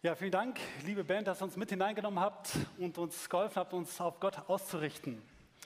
Ja, vielen Dank, liebe Band, dass ihr uns mit hineingenommen habt und uns geholfen habt, uns auf Gott auszurichten.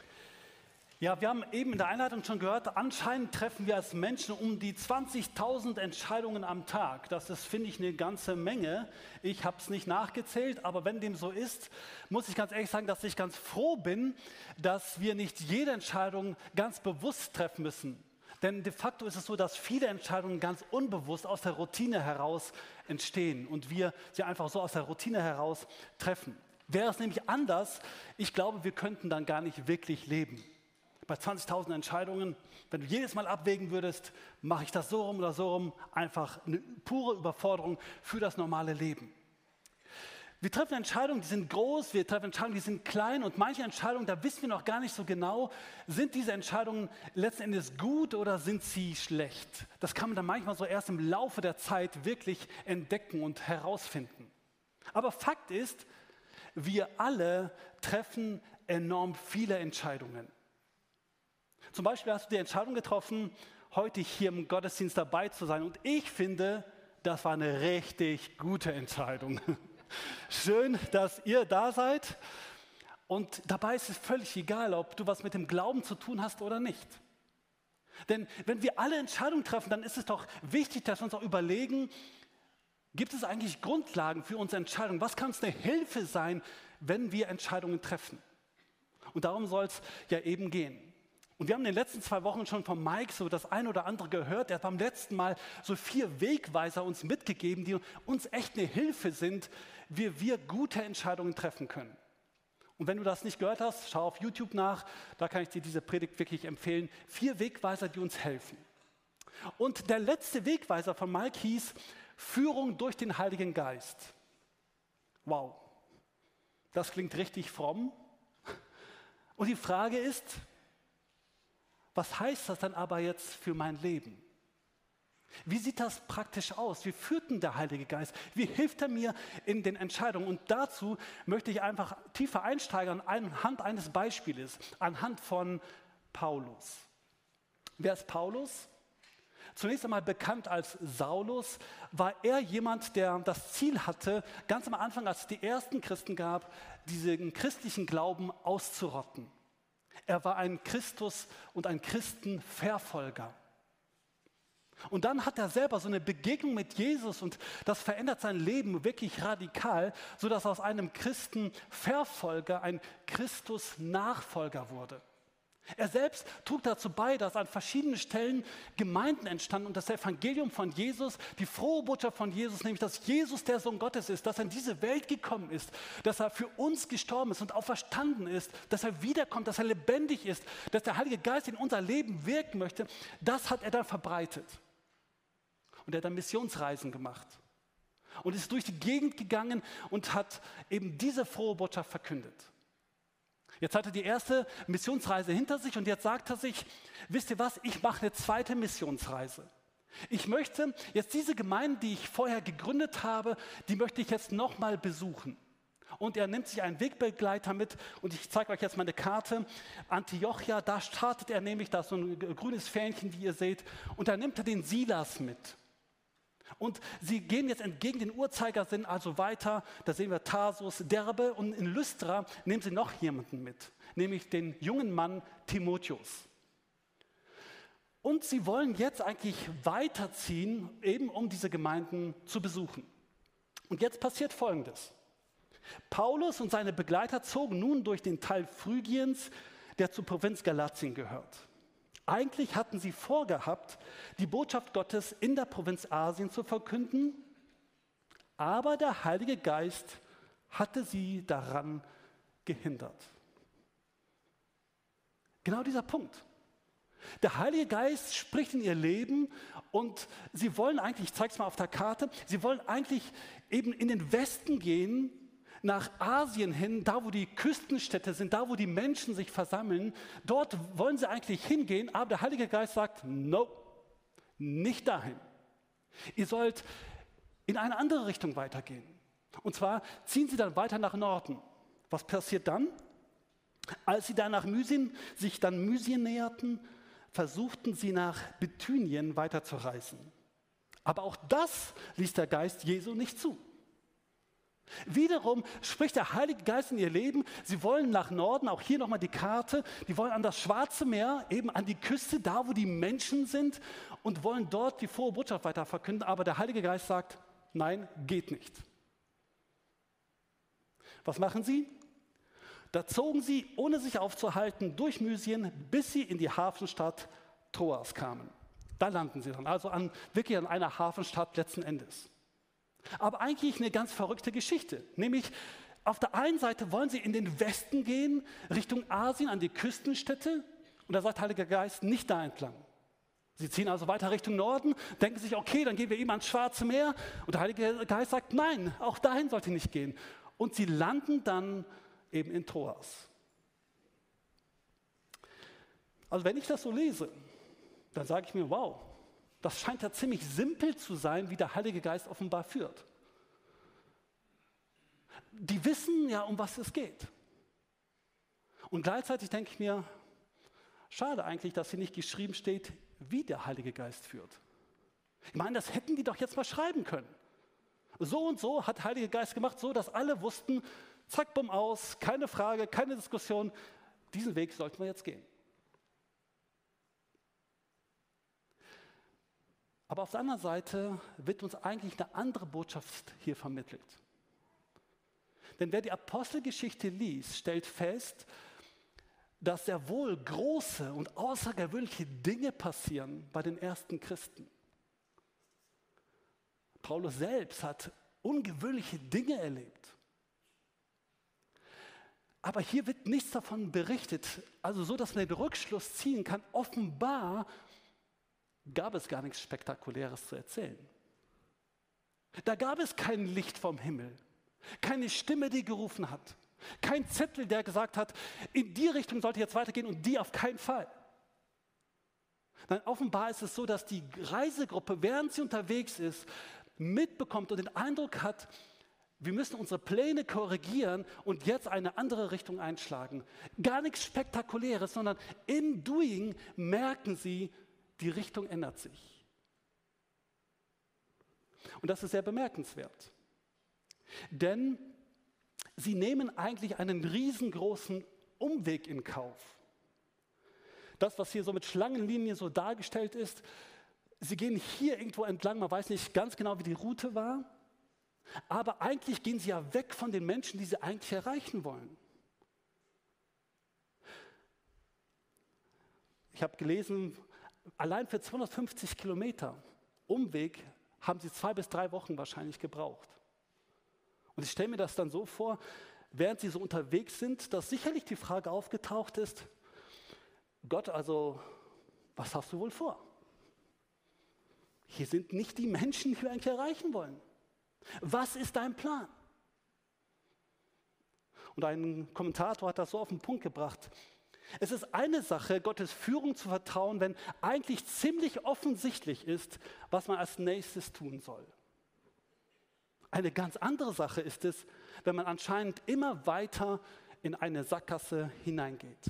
Ja, wir haben eben in der Einleitung schon gehört, anscheinend treffen wir als Menschen um die 20.000 Entscheidungen am Tag. Das ist, finde ich, eine ganze Menge. Ich habe es nicht nachgezählt, aber wenn dem so ist, muss ich ganz ehrlich sagen, dass ich ganz froh bin, dass wir nicht jede Entscheidung ganz bewusst treffen müssen. Denn de facto ist es so, dass viele Entscheidungen ganz unbewusst aus der Routine heraus entstehen und wir sie einfach so aus der Routine heraus treffen. Wäre es nämlich anders, ich glaube, wir könnten dann gar nicht wirklich leben. Bei 20.000 Entscheidungen, wenn du jedes Mal abwägen würdest, mache ich das so rum oder so rum, einfach eine pure Überforderung für das normale Leben. Wir treffen Entscheidungen, die sind groß, wir treffen Entscheidungen, die sind klein und manche Entscheidungen, da wissen wir noch gar nicht so genau, sind diese Entscheidungen letzten Endes gut oder sind sie schlecht? Das kann man dann manchmal so erst im Laufe der Zeit wirklich entdecken und herausfinden. Aber Fakt ist, wir alle treffen enorm viele Entscheidungen. Zum Beispiel hast du die Entscheidung getroffen, heute hier im Gottesdienst dabei zu sein und ich finde, das war eine richtig gute Entscheidung. Schön, dass ihr da seid und dabei ist es völlig egal, ob du was mit dem Glauben zu tun hast oder nicht. Denn wenn wir alle Entscheidungen treffen, dann ist es doch wichtig, dass wir uns auch überlegen, gibt es eigentlich Grundlagen für unsere Entscheidung? Was kann uns eine Hilfe sein, wenn wir Entscheidungen treffen? Und darum soll es ja eben gehen. Und wir haben in den letzten 2 Wochen schon von Mike so das ein oder andere gehört. Er hat beim letzten Mal so 4 Wegweiser uns mitgegeben, die uns echt eine Hilfe sind, wie wir gute Entscheidungen treffen können. Und wenn du das nicht gehört hast, schau auf YouTube nach. Da kann ich dir diese Predigt wirklich empfehlen. 4 Wegweiser, die uns helfen. Und der letzte Wegweiser von Mike hieß Führung durch den Heiligen Geist. Wow, das klingt richtig fromm. Und die Frage ist, was heißt das dann aber jetzt für mein Leben? Wie sieht das praktisch aus? Wie führt denn der Heilige Geist? Wie hilft er mir in den Entscheidungen? Und dazu möchte ich einfach tiefer einsteigen anhand eines Beispieles, anhand von Paulus. Wer ist Paulus? Zunächst einmal bekannt als Saulus, war er jemand, der das Ziel hatte, ganz am Anfang, als es die ersten Christen gab, diesen christlichen Glauben auszurotten. Er war ein Christus- und ein Christenverfolger. Und dann hat er selber so eine Begegnung mit Jesus und das verändert sein Leben wirklich radikal, sodass aus einem Christenverfolger ein Christus-Nachfolger wurde. Er selbst trug dazu bei, dass an verschiedenen Stellen Gemeinden entstanden und das Evangelium von Jesus, die frohe Botschaft von Jesus, nämlich dass Jesus der Sohn Gottes ist, dass er in diese Welt gekommen ist, dass er für uns gestorben ist und auferstanden ist, dass er wiederkommt, dass er lebendig ist, dass der Heilige Geist in unser Leben wirken möchte, das hat er dann verbreitet. Und er hat dann Missionsreisen gemacht und ist durch die Gegend gegangen und hat eben diese frohe Botschaft verkündet. Jetzt hat er die erste Missionsreise hinter sich und jetzt sagt er sich, wisst ihr was, ich mache eine zweite Missionsreise. Ich möchte jetzt diese Gemeinde, die ich vorher gegründet habe, die möchte ich jetzt nochmal besuchen. Und er nimmt sich einen Wegbegleiter mit und ich zeige euch jetzt mal eine Karte. Antiochia, da startet er nämlich, da ist so ein grünes Fähnchen, wie ihr seht, und da nimmt er den Silas mit. Und sie gehen jetzt entgegen den Uhrzeigersinn also weiter, da sehen wir Tarsus, Derbe und in Lystra nehmen sie noch jemanden mit, nämlich den jungen Mann Timotheus. Und sie wollen jetzt eigentlich weiterziehen, eben um diese Gemeinden zu besuchen. Und jetzt passiert Folgendes. Paulus und seine Begleiter zogen nun durch den Teil Phrygiens, der zur Provinz Galatien gehört. Eigentlich hatten sie vorgehabt, die Botschaft Gottes in der Provinz Asien zu verkünden, aber der Heilige Geist hatte sie daran gehindert. Genau dieser Punkt. Der Heilige Geist spricht in ihr Leben und sie wollen eigentlich, ich zeige es mal auf der Karte, sie wollen eigentlich eben in den Westen gehen, nach Asien hin, da wo die Küstenstädte sind, da wo die Menschen sich versammeln, dort wollen sie eigentlich hingehen, aber der Heilige Geist sagt, no, nicht dahin. Ihr sollt in eine andere Richtung weitergehen. Und zwar ziehen sie dann weiter nach Norden. Was passiert dann? Als sie dann nach Mysien, sich dann Mysien näherten, versuchten sie nach Bithynien weiterzureisen. Aber auch das ließ der Geist Jesu nicht zu. Wiederum spricht der Heilige Geist in ihr Leben, sie wollen nach Norden, auch hier nochmal die Karte, die wollen an das Schwarze Meer, eben an die Küste, da wo die Menschen sind und wollen dort die frohe Botschaft weiter verkünden, aber der Heilige Geist sagt, nein, geht nicht. Was machen sie? Da zogen sie, ohne sich aufzuhalten, durch Mysien, bis sie in die Hafenstadt Troas kamen. Da landen sie dann, also wirklich an einer Hafenstadt letzten Endes. Aber eigentlich eine ganz verrückte Geschichte, nämlich auf der einen Seite wollen sie in den Westen gehen, Richtung Asien, an die Küstenstädte, und da sagt der Heilige Geist, nicht da entlang. Sie ziehen also weiter Richtung Norden, denken sich, okay, dann gehen wir eben ans Schwarze Meer, und der Heilige Geist sagt, nein, auch dahin sollt ihr nicht gehen. Und sie landen dann eben in Troas. Also wenn ich das so lese, dann sage ich mir, wow, das scheint ja ziemlich simpel zu sein, wie der Heilige Geist offenbar führt. Die wissen ja, um was es geht. Und gleichzeitig denke ich mir, schade eigentlich, dass hier nicht geschrieben steht, wie der Heilige Geist führt. Ich meine, das hätten die doch jetzt mal schreiben können. So und so hat der Heilige Geist gemacht, so dass alle wussten, zack, bumm, aus, keine Frage, keine Diskussion, diesen Weg sollten wir jetzt gehen. Aber auf der anderen Seite wird uns eigentlich eine andere Botschaft hier vermittelt. Denn wer die Apostelgeschichte liest, stellt fest, dass sehr wohl große und außergewöhnliche Dinge passieren bei den ersten Christen. Paulus selbst hat ungewöhnliche Dinge erlebt. Aber hier wird nichts davon berichtet, also so, dass man den Rückschluss ziehen kann, offenbar gab es gar nichts Spektakuläres zu erzählen. Da gab es kein Licht vom Himmel, keine Stimme, die gerufen hat, kein Zettel, der gesagt hat, in die Richtung sollte jetzt weitergehen und die auf keinen Fall. Nein, offenbar ist es so, dass die Reisegruppe, während sie unterwegs ist, mitbekommt und den Eindruck hat, wir müssen unsere Pläne korrigieren und jetzt eine andere Richtung einschlagen. Gar nichts Spektakuläres, sondern im Doing merken sie, die Richtung ändert sich. Und das ist sehr bemerkenswert. Denn sie nehmen eigentlich einen riesengroßen Umweg in Kauf. Das, was hier so mit Schlangenlinien so dargestellt ist, sie gehen hier irgendwo entlang, man weiß nicht ganz genau, wie die Route war, aber eigentlich gehen sie ja weg von den Menschen, die sie eigentlich erreichen wollen. Ich habe gelesen, allein für 250 Kilometer Umweg haben sie 2 bis 3 Wochen wahrscheinlich gebraucht. Und ich stelle mir das dann so vor, während sie so unterwegs sind, dass sicherlich die Frage aufgetaucht ist, Gott, also was hast du wohl vor? Hier sind nicht die Menschen, die wir eigentlich erreichen wollen. Was ist dein Plan? Und ein Kommentator hat das so auf den Punkt gebracht. Es ist eine Sache, Gottes Führung zu vertrauen, wenn eigentlich ziemlich offensichtlich ist, was man als nächstes tun soll. Eine ganz andere Sache ist es, wenn man anscheinend immer weiter in eine Sackgasse hineingeht.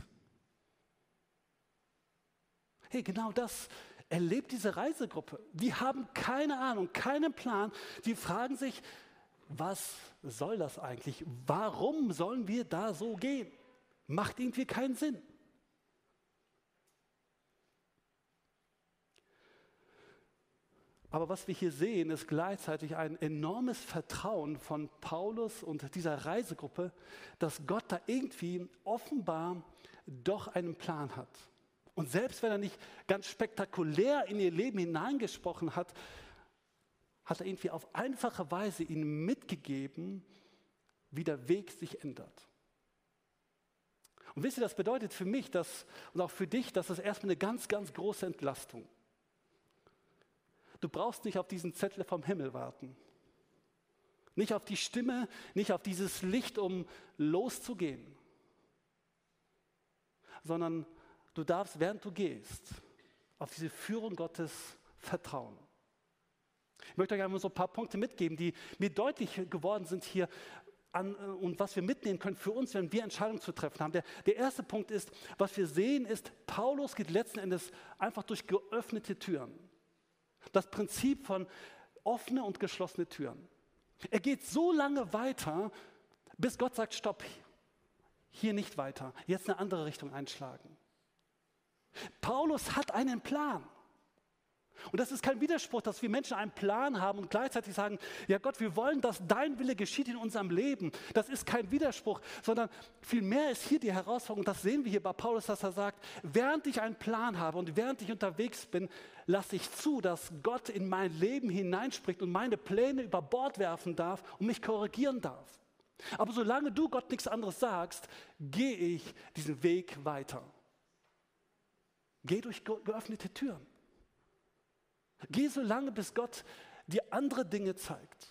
Hey, genau das erlebt diese Reisegruppe. Die haben keine Ahnung, keinen Plan. Die fragen sich, was soll das eigentlich? Warum sollen wir da so gehen? Macht irgendwie keinen Sinn. Aber was wir hier sehen, ist gleichzeitig ein enormes Vertrauen von Paulus und dieser Reisegruppe, dass Gott da irgendwie offenbar doch einen Plan hat. Und selbst wenn er nicht ganz spektakulär in ihr Leben hineingesprochen hat, hat er irgendwie auf einfache Weise ihnen mitgegeben, wie der Weg sich ändert. Und wisst ihr, das bedeutet für mich und auch für dich, das ist erstmal eine ganz, ganz große Entlastung. Du brauchst nicht auf diesen Zettel vom Himmel warten. Nicht auf die Stimme, nicht auf dieses Licht, um loszugehen. Sondern du darfst, während du gehst, auf diese Führung Gottes vertrauen. Ich möchte euch einmal so ein paar Punkte mitgeben, die mir deutlich geworden sind hier und was wir mitnehmen können für uns, wenn wir Entscheidungen zu treffen haben. Der erste Punkt ist, was wir sehen ist, Paulus geht letzten Endes einfach durch geöffnete Türen. Das Prinzip von offene und geschlossene Türen. Er geht so lange weiter, bis Gott sagt, stopp, hier nicht weiter, jetzt eine andere Richtung einschlagen. Paulus hat einen Plan. Und das ist kein Widerspruch, dass wir Menschen einen Plan haben und gleichzeitig sagen, ja Gott, wir wollen, dass dein Wille geschieht in unserem Leben. Das ist kein Widerspruch, sondern vielmehr ist hier die Herausforderung, das sehen wir hier bei Paulus, dass er sagt, während ich einen Plan habe und während ich unterwegs bin, lasse ich zu, dass Gott in mein Leben hineinspricht und meine Pläne über Bord werfen darf und mich korrigieren darf. Aber solange du Gott nichts anderes sagst, gehe ich diesen Weg weiter. Geh durch geöffnete Türen. Geh so lange, bis Gott dir andere Dinge zeigt.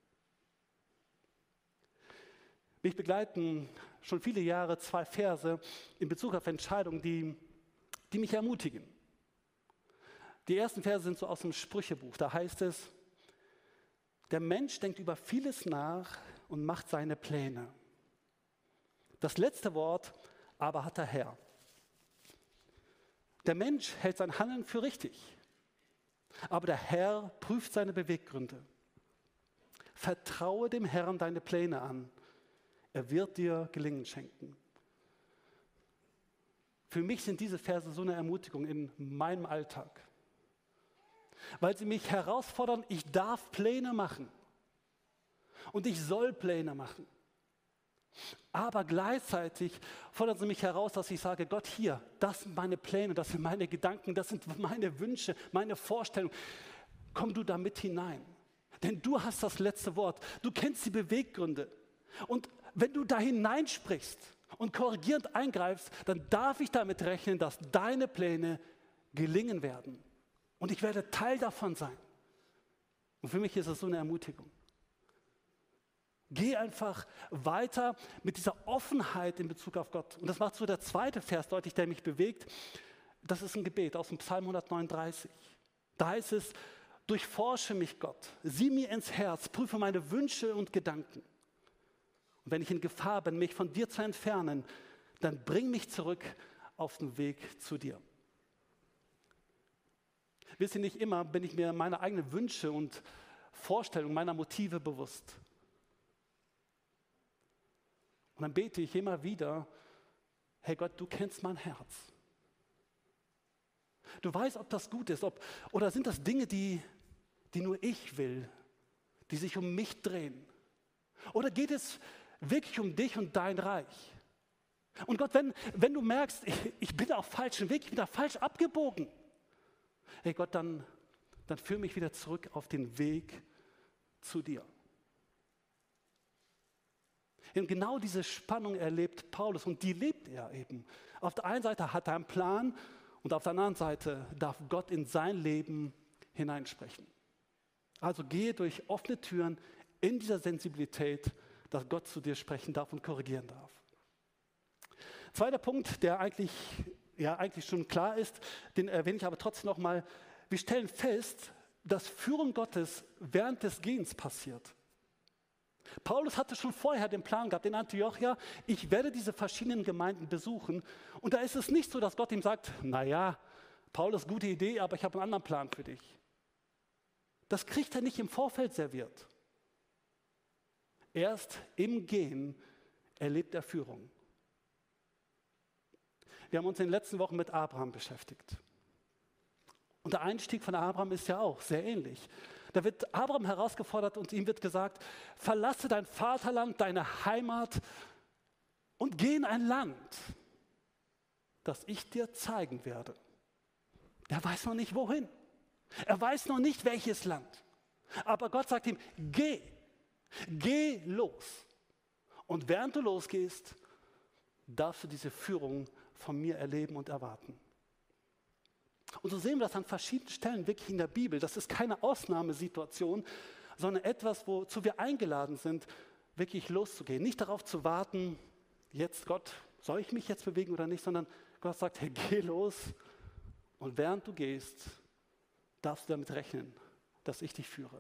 Mich begleiten schon viele Jahre 2 Verse in Bezug auf Entscheidungen, die mich ermutigen. Die ersten Verse sind so aus dem Sprüchebuch. Da heißt es, der Mensch denkt über vieles nach und macht seine Pläne. Das letzte Wort aber hat der Herr. Der Mensch hält sein Handeln für richtig. Aber der Herr prüft seine Beweggründe. Vertraue dem Herrn deine Pläne an. Er wird dir Gelingen schenken. Für mich sind diese Verse so eine Ermutigung in meinem Alltag. Weil sie mich herausfordern, ich darf Pläne machen. Und ich soll Pläne machen. Aber gleichzeitig fordern sie mich heraus, dass ich sage, Gott, hier, das sind meine Pläne, das sind meine Gedanken, das sind meine Wünsche, meine Vorstellungen. Komm du da mit hinein. Denn du hast das letzte Wort. Du kennst die Beweggründe. Und wenn du da hineinsprichst und korrigierend eingreifst, dann darf ich damit rechnen, dass deine Pläne gelingen werden. Und ich werde Teil davon sein. Und für mich ist es so eine Ermutigung. Geh einfach weiter mit dieser Offenheit in Bezug auf Gott. Und das macht so der zweite Vers deutlich, der mich bewegt. Das ist ein Gebet aus dem Psalm 139. Da heißt es, durchforsche mich Gott, sieh mir ins Herz, prüfe meine Wünsche und Gedanken. Und wenn ich in Gefahr bin, mich von dir zu entfernen, dann bring mich zurück auf den Weg zu dir. Wisst ihr, nicht immer bin ich mir meiner eigenen Wünsche und Vorstellungen, meiner Motive bewusst. Und dann bete ich immer wieder, hey Gott, du kennst mein Herz. Du weißt, ob das gut ist, oder sind das Dinge, die nur ich will, die sich um mich drehen? Oder geht es wirklich um dich und dein Reich? Und Gott, wenn du merkst, ich bin auf falschem Weg, ich bin da falsch abgebogen, hey Gott, dann führ mich wieder zurück auf den Weg zu dir. Und genau diese Spannung erlebt Paulus und die lebt er eben. Auf der einen Seite hat er einen Plan und auf der anderen Seite darf Gott in sein Leben hineinsprechen. Also gehe durch offene Türen in dieser Sensibilität, dass Gott zu dir sprechen darf und korrigieren darf. Zweiter Punkt, der eigentlich schon klar ist, den erwähne ich aber trotzdem nochmal. Wir stellen fest, dass Führung Gottes während des Gehens passiert. Paulus hatte schon vorher den Plan gehabt in Antiochia, ich werde diese verschiedenen Gemeinden besuchen. Und da ist es nicht so, dass Gott ihm sagt, naja, Paulus, gute Idee, aber ich habe einen anderen Plan für dich. Das kriegt er nicht im Vorfeld serviert. Erst im Gehen erlebt er Führung. Wir haben uns in den letzten Wochen mit Abraham beschäftigt. Und der Einstieg von Abraham ist ja auch sehr ähnlich. Da wird Abraham herausgefordert und ihm wird gesagt, verlasse dein Vaterland, deine Heimat und geh in ein Land, das ich dir zeigen werde. Er weiß noch nicht wohin. Er weiß noch nicht welches Land. Aber Gott sagt ihm, geh los. Und während du losgehst, darfst du diese Führung von mir erleben und erwarten. Und so sehen wir das an verschiedenen Stellen wirklich in der Bibel. Das ist keine Ausnahmesituation, sondern etwas, wozu wir eingeladen sind, wirklich loszugehen. Nicht darauf zu warten, jetzt Gott, soll ich mich jetzt bewegen oder nicht, sondern Gott sagt, hey, geh los. Und während du gehst, darfst du damit rechnen, dass ich dich führe.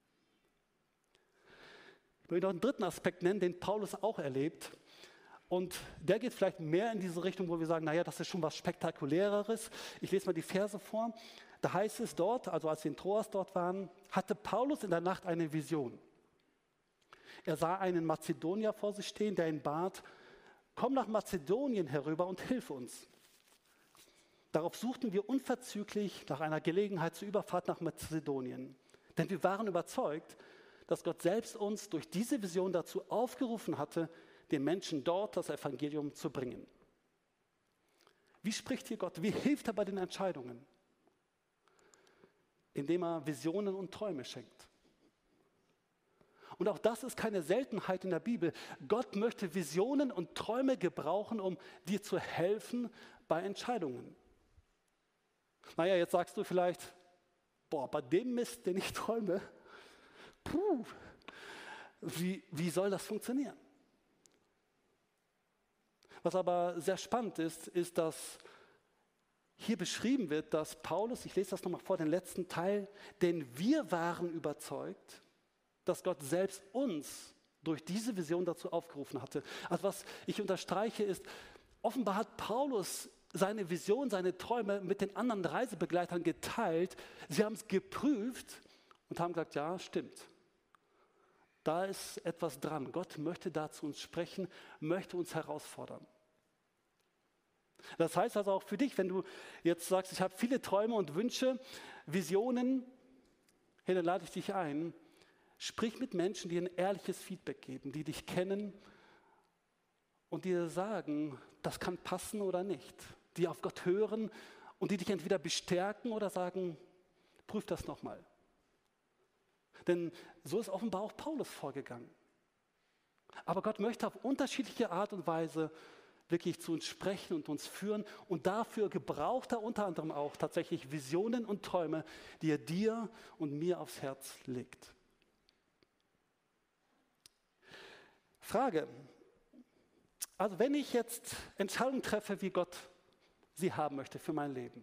Ich will noch einen dritten Aspekt nennen, den Paulus auch erlebt. Und der geht vielleicht mehr in diese Richtung, wo wir sagen, naja, das ist schon was Spektakuläreres. Ich lese mal die Verse vor. Da heißt es dort, also als sie in Troas dort waren, hatte Paulus in der Nacht eine Vision. Er sah einen Mazedonier vor sich stehen, der ihn bat, komm nach Mazedonien herüber und hilf uns. Darauf suchten wir unverzüglich nach einer Gelegenheit zur Überfahrt nach Mazedonien. Denn wir waren überzeugt, dass Gott selbst uns durch diese Vision dazu aufgerufen hatte, den Menschen dort das Evangelium zu bringen. Wie spricht hier Gott? Wie hilft er bei den Entscheidungen? Indem er Visionen und Träume schenkt. Und auch das ist keine Seltenheit in der Bibel. Gott möchte Visionen und Träume gebrauchen, um dir zu helfen bei Entscheidungen. Naja, jetzt sagst du vielleicht, bei dem Mist, den ich träume, wie soll das funktionieren? Was aber sehr spannend ist, ist, dass hier beschrieben wird, dass Paulus, ich lese das nochmal vor, den letzten Teil, denn wir waren überzeugt, dass Gott selbst uns durch diese Vision dazu aufgerufen hatte. Also was ich unterstreiche ist, offenbar hat Paulus seine Vision, seine Träume mit den anderen Reisebegleitern geteilt. Sie haben es geprüft und haben gesagt, ja, stimmt. Da ist etwas dran. Gott möchte da zu uns sprechen, möchte uns herausfordern. Das heißt also auch für dich, wenn du jetzt sagst, ich habe viele Träume und Wünsche, Visionen, hey, dann lade ich dich ein, sprich mit Menschen, die ein ehrliches Feedback geben, die dich kennen und dir sagen, das kann passen oder nicht, die auf Gott hören und die dich entweder bestärken oder sagen, prüf das nochmal. Denn so ist offenbar auch Paulus vorgegangen. Aber Gott möchte auf unterschiedliche Art und Weise wirklich zu uns sprechen und uns führen. Und dafür gebraucht er unter anderem auch tatsächlich Visionen und Träume, die er dir und mir aufs Herz legt. Frage. Also wenn ich jetzt Entscheidungen treffe, wie Gott sie haben möchte für mein Leben,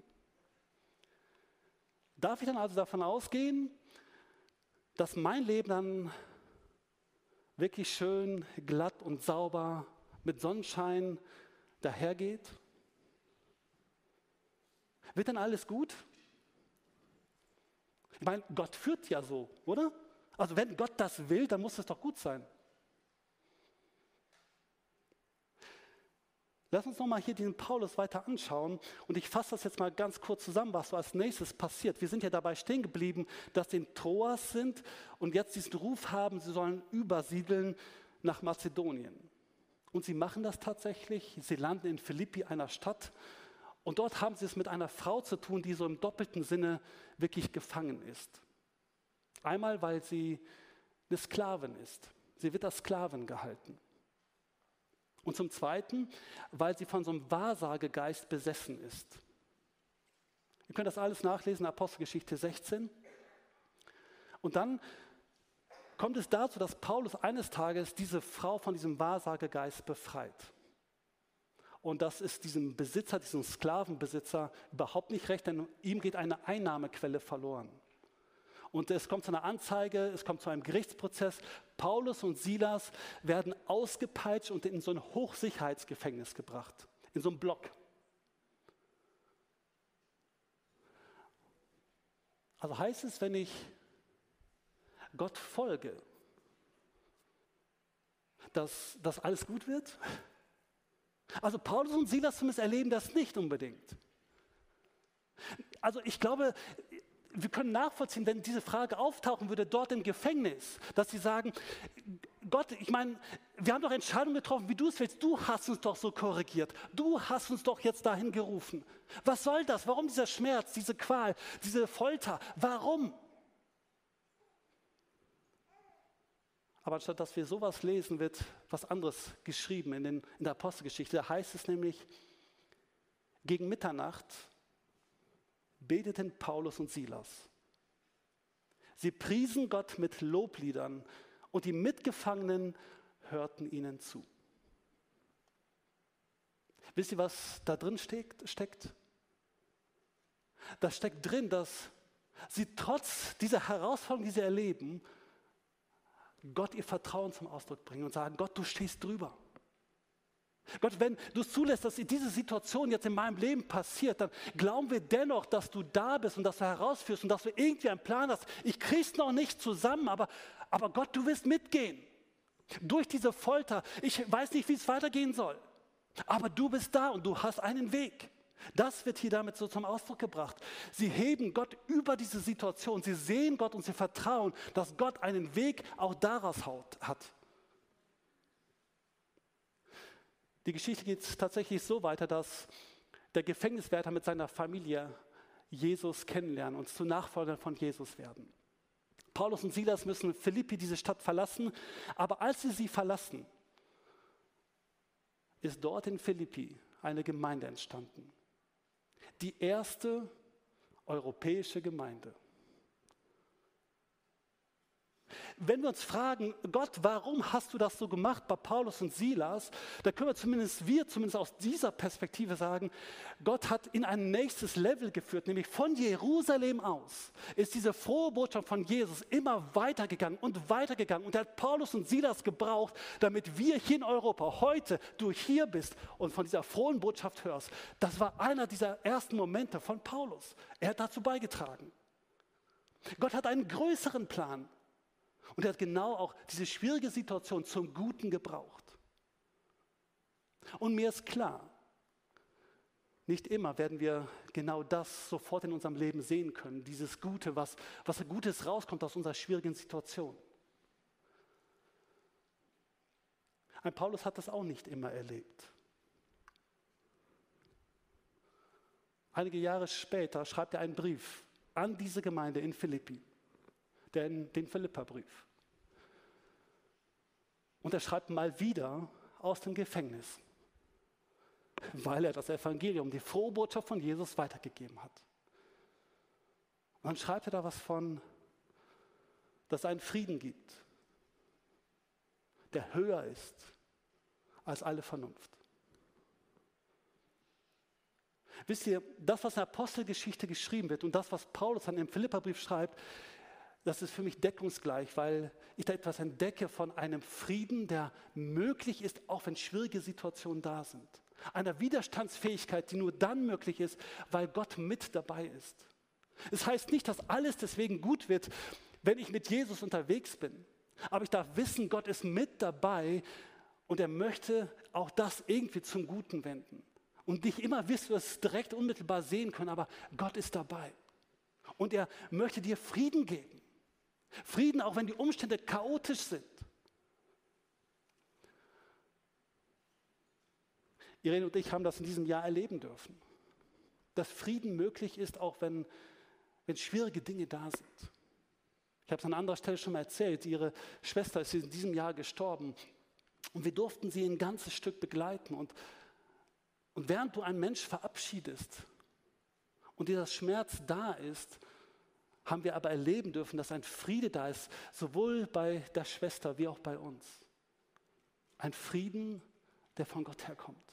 darf ich dann also davon ausgehen, dass mein Leben dann wirklich schön glatt und sauber mit Sonnenschein dahergeht? Wird dann alles gut? Ich meine, Gott führt ja so, oder? Also wenn Gott das will, dann muss es doch gut sein. Lass uns nochmal hier diesen Paulus weiter anschauen und ich fasse das jetzt mal ganz kurz zusammen, was so als nächstes passiert. Wir sind ja dabei stehen geblieben, dass sie in Troas sind und jetzt diesen Ruf haben, sie sollen übersiedeln nach Mazedonien. Und sie machen das tatsächlich, sie landen in Philippi, einer Stadt und dort haben sie es mit einer Frau zu tun, die so im doppelten Sinne wirklich gefangen ist. Einmal, weil sie eine Sklavin ist, sie wird als Sklavin gehalten. Und zum Zweiten, weil sie von so einem Wahrsagegeist besessen ist. Ihr könnt das alles nachlesen, Apostelgeschichte 16. Und dann kommt es dazu, dass Paulus eines Tages diese Frau von diesem Wahrsagegeist befreit. Und das ist diesem Besitzer, diesem Sklavenbesitzer überhaupt nicht recht, denn ihm geht eine Einnahmequelle verloren. Und es kommt zu einer Anzeige, es kommt zu einem Gerichtsprozess. Paulus und Silas werden ausgepeitscht und in so ein Hochsicherheitsgefängnis gebracht, in so einen Block. Also heißt es, wenn ich Gott folge, dass das alles gut wird? Also Paulus und Silas zumindest erleben das nicht unbedingt. Also ich glaube, wir können nachvollziehen, wenn diese Frage auftauchen würde, dort im Gefängnis, dass sie sagen, Gott, ich meine, wir haben doch Entscheidungen getroffen, wie du es willst. Du hast uns doch so korrigiert. Du hast uns doch jetzt dahin gerufen. Was soll das? Warum dieser Schmerz, diese Qual, diese Folter? Warum? Aber anstatt dass wir sowas lesen, wird was anderes geschrieben in der Apostelgeschichte. Da heißt es nämlich, gegen Mitternacht beteten Paulus und Silas. Sie priesen Gott mit Lobliedern und die Mitgefangenen hörten ihnen zu. Wisst ihr, was da drin steckt? Da steckt drin, dass sie trotz dieser Herausforderung, die sie erleben, Gott ihr Vertrauen zum Ausdruck bringen und sagen, Gott, du stehst drüber. Gott, wenn du es zulässt, dass diese Situation jetzt in meinem Leben passiert, dann glauben wir dennoch, dass du da bist und dass du herausführst und dass du irgendwie einen Plan hast. Ich krieg's noch nicht zusammen, aber Gott, du wirst mitgehen. Durch diese Folter, ich weiß nicht, wie es weitergehen soll, aber du bist da und du hast einen Weg. Das wird hier damit so zum Ausdruck gebracht. Sie heben Gott über diese Situation. Sie sehen Gott und sie vertrauen, dass Gott einen Weg auch daraus hat. Die Geschichte geht tatsächlich so weiter, dass der Gefängniswärter mit seiner Familie Jesus kennenlernen und zu Nachfolgern von Jesus werden. Paulus und Silas müssen Philippi, diese Stadt, verlassen, aber als sie verlassen, ist dort in Philippi eine Gemeinde entstanden. Die erste europäische Gemeinde. Wenn wir uns fragen, Gott, warum hast du das so gemacht bei Paulus und Silas, da können wir zumindest aus dieser Perspektive sagen, Gott hat in ein nächstes Level geführt, nämlich von Jerusalem aus ist diese frohe Botschaft von Jesus immer weitergegangen und er hat Paulus und Silas gebraucht, damit wir hier in Europa heute, du hier bist und von dieser frohen Botschaft hörst. Das war einer dieser ersten Momente von Paulus. Er hat dazu beigetragen. Gott hat einen größeren Plan. Und er hat genau auch diese schwierige Situation zum Guten gebraucht. Und mir ist klar, nicht immer werden wir genau das sofort in unserem Leben sehen können, dieses Gute, was Gutes rauskommt aus unserer schwierigen Situation. Ein Paulus hat das auch nicht immer erlebt. Einige Jahre später schreibt er einen Brief an diese Gemeinde in Philippi. Den Philipperbrief. Und er schreibt mal wieder aus dem Gefängnis, weil er das Evangelium, die frohe Botschaft von Jesus weitergegeben hat. Und dann schreibt er da was von, dass es einen Frieden gibt, der höher ist als alle Vernunft. Wisst ihr, das, was in der Apostelgeschichte geschrieben wird und das, was Paulus dann im Philipperbrief schreibt, das ist für mich deckungsgleich, weil ich da etwas entdecke von einem Frieden, der möglich ist, auch wenn schwierige Situationen da sind. Einer Widerstandsfähigkeit, die nur dann möglich ist, weil Gott mit dabei ist. Es heißt nicht, dass alles deswegen gut wird, wenn ich mit Jesus unterwegs bin. Aber ich darf wissen, Gott ist mit dabei und er möchte auch das irgendwie zum Guten wenden. Und nicht immer wirst du es direkt unmittelbar sehen können, aber Gott ist dabei. Und er möchte dir Frieden geben. Frieden, auch wenn die Umstände chaotisch sind. Irene und ich haben das in diesem Jahr erleben dürfen. Dass Frieden möglich ist, auch wenn schwierige Dinge da sind. Ich habe es an anderer Stelle schon mal erzählt, ihre Schwester ist in diesem Jahr gestorben. Und wir durften sie ein ganzes Stück begleiten. Und während du einen Menschen verabschiedest und dieser Schmerz da ist, haben wir aber erleben dürfen, dass ein Friede da ist, sowohl bei der Schwester wie auch bei uns. Ein Frieden, der von Gott herkommt.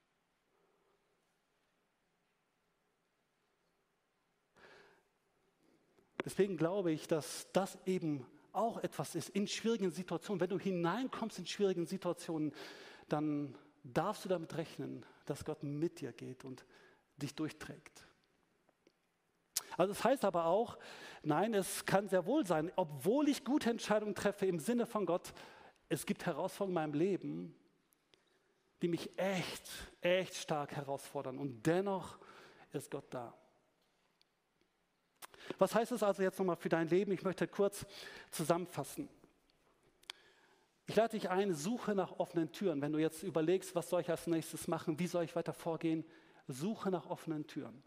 Deswegen glaube ich, dass das eben auch etwas ist in schwierigen Situationen. Wenn du hineinkommst in schwierigen Situationen, dann darfst du damit rechnen, dass Gott mit dir geht und dich durchträgt. Also es heißt aber auch, nein, es kann sehr wohl sein, obwohl ich gute Entscheidungen treffe im Sinne von Gott, es gibt Herausforderungen in meinem Leben, die mich echt stark herausfordern. Und dennoch ist Gott da. Was heißt es also jetzt nochmal für dein Leben? Ich möchte kurz zusammenfassen. Ich lade dich ein, suche nach offenen Türen. Wenn du jetzt überlegst, was soll ich als nächstes machen, wie soll ich weiter vorgehen, suche nach offenen Türen.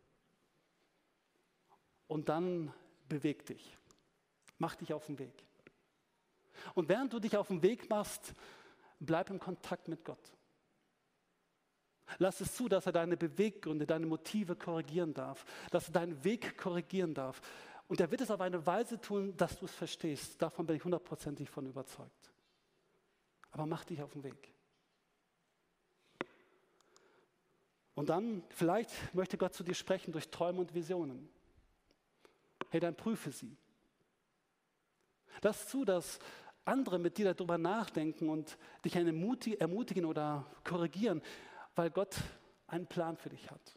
Und dann beweg dich. Mach dich auf den Weg. Und während du dich auf den Weg machst, bleib im Kontakt mit Gott. Lass es zu, dass er deine Beweggründe, deine Motive korrigieren darf, dass er deinen Weg korrigieren darf. Und er wird es auf eine Weise tun, dass du es verstehst. Davon bin ich 100%ig von überzeugt. Aber mach dich auf den Weg. Und dann, vielleicht möchte Gott zu dir sprechen durch Träume und Visionen. Hey, dann prüfe sie. Lass zu, dass andere mit dir darüber nachdenken und dich ermutigen oder korrigieren, weil Gott einen Plan für dich hat.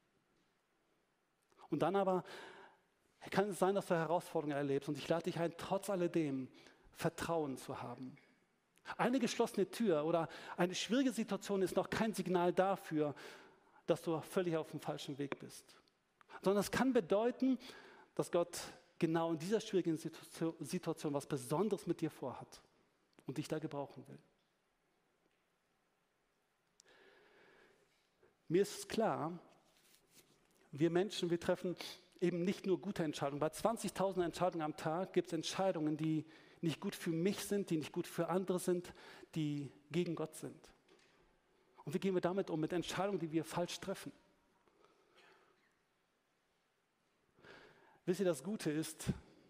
Und dann aber kann es sein, dass du Herausforderungen erlebst. Und ich lade dich ein, trotz alledem Vertrauen zu haben. Eine geschlossene Tür oder eine schwierige Situation ist noch kein Signal dafür, dass du völlig auf dem falschen Weg bist. Sondern es kann bedeuten, dass Gott genau in dieser schwierigen Situation was Besonderes mit dir vorhat und dich da gebrauchen will. Mir ist klar, wir Menschen, wir treffen eben nicht nur gute Entscheidungen. Bei 20.000 Entscheidungen am Tag gibt es Entscheidungen, die nicht gut für mich sind, die nicht gut für andere sind, die gegen Gott sind. Und wie gehen wir damit um, mit Entscheidungen, die wir falsch treffen? Wisst ihr, das Gute ist,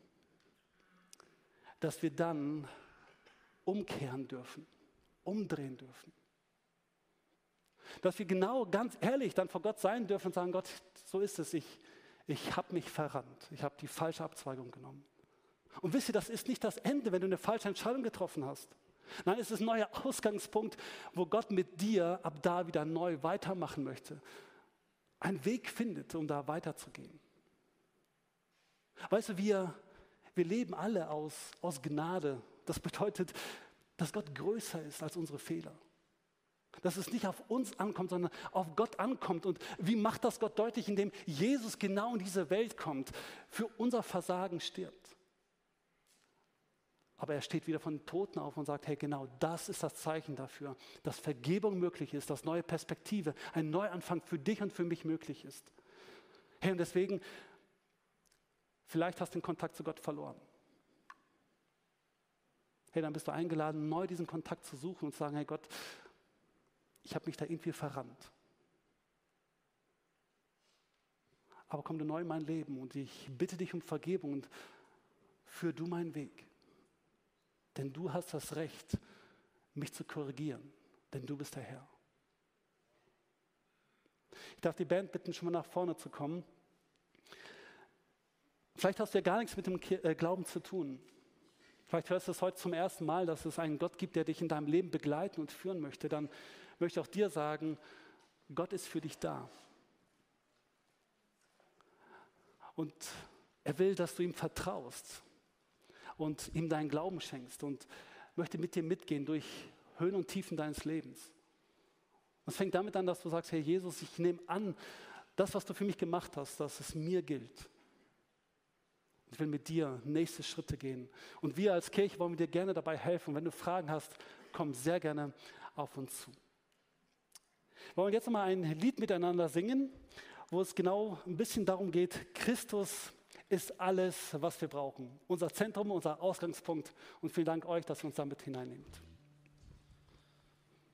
dass wir dann umkehren dürfen, umdrehen dürfen. Dass wir genau, ganz ehrlich dann vor Gott sein dürfen und sagen, Gott, so ist es, ich habe mich verrannt, ich habe die falsche Abzweigung genommen. Und wisst ihr, das ist nicht das Ende, wenn du eine falsche Entscheidung getroffen hast. Nein, es ist ein neuer Ausgangspunkt, wo Gott mit dir ab da wieder neu weitermachen möchte. Einen Weg findet, um da weiterzugehen. Weißt du, wir leben alle aus Gnade. Das bedeutet, dass Gott größer ist als unsere Fehler. Dass es nicht auf uns ankommt, sondern auf Gott ankommt. Und wie macht das Gott deutlich? Indem Jesus genau in diese Welt kommt, für unser Versagen stirbt. Aber er steht wieder von den Toten auf und sagt, hey, genau das ist das Zeichen dafür, dass Vergebung möglich ist, dass neue Perspektive, ein Neuanfang für dich und für mich möglich ist. Hey, und deswegen, vielleicht hast du den Kontakt zu Gott verloren. Hey, dann bist du eingeladen, neu diesen Kontakt zu suchen und zu sagen, hey Gott, ich habe mich da irgendwie verrannt. Aber komm du neu in mein Leben und ich bitte dich um Vergebung und führ du meinen Weg. Denn du hast das Recht, mich zu korrigieren, denn du bist der Herr. Ich darf die Band bitten, schon mal nach vorne zu kommen. Vielleicht hast du ja gar nichts mit dem Glauben zu tun. Vielleicht hörst du es heute zum ersten Mal, dass es einen Gott gibt, der dich in deinem Leben begleiten und führen möchte. Dann möchte ich auch dir sagen, Gott ist für dich da. Und er will, dass du ihm vertraust und ihm deinen Glauben schenkst und möchte mit dir mitgehen durch Höhen und Tiefen deines Lebens. Und es fängt damit an, dass du sagst, Herr Jesus, ich nehme an, das, was du für mich gemacht hast, dass es mir gilt. Ich will mit dir nächste Schritte gehen. Und wir als Kirche wollen dir gerne dabei helfen. Und wenn du Fragen hast, komm sehr gerne auf uns zu. Wir wollen jetzt nochmal ein Lied miteinander singen, wo es genau ein bisschen darum geht, Christus ist alles, was wir brauchen. Unser Zentrum, unser Ausgangspunkt. Und vielen Dank euch, dass ihr uns damit hineinnehmt.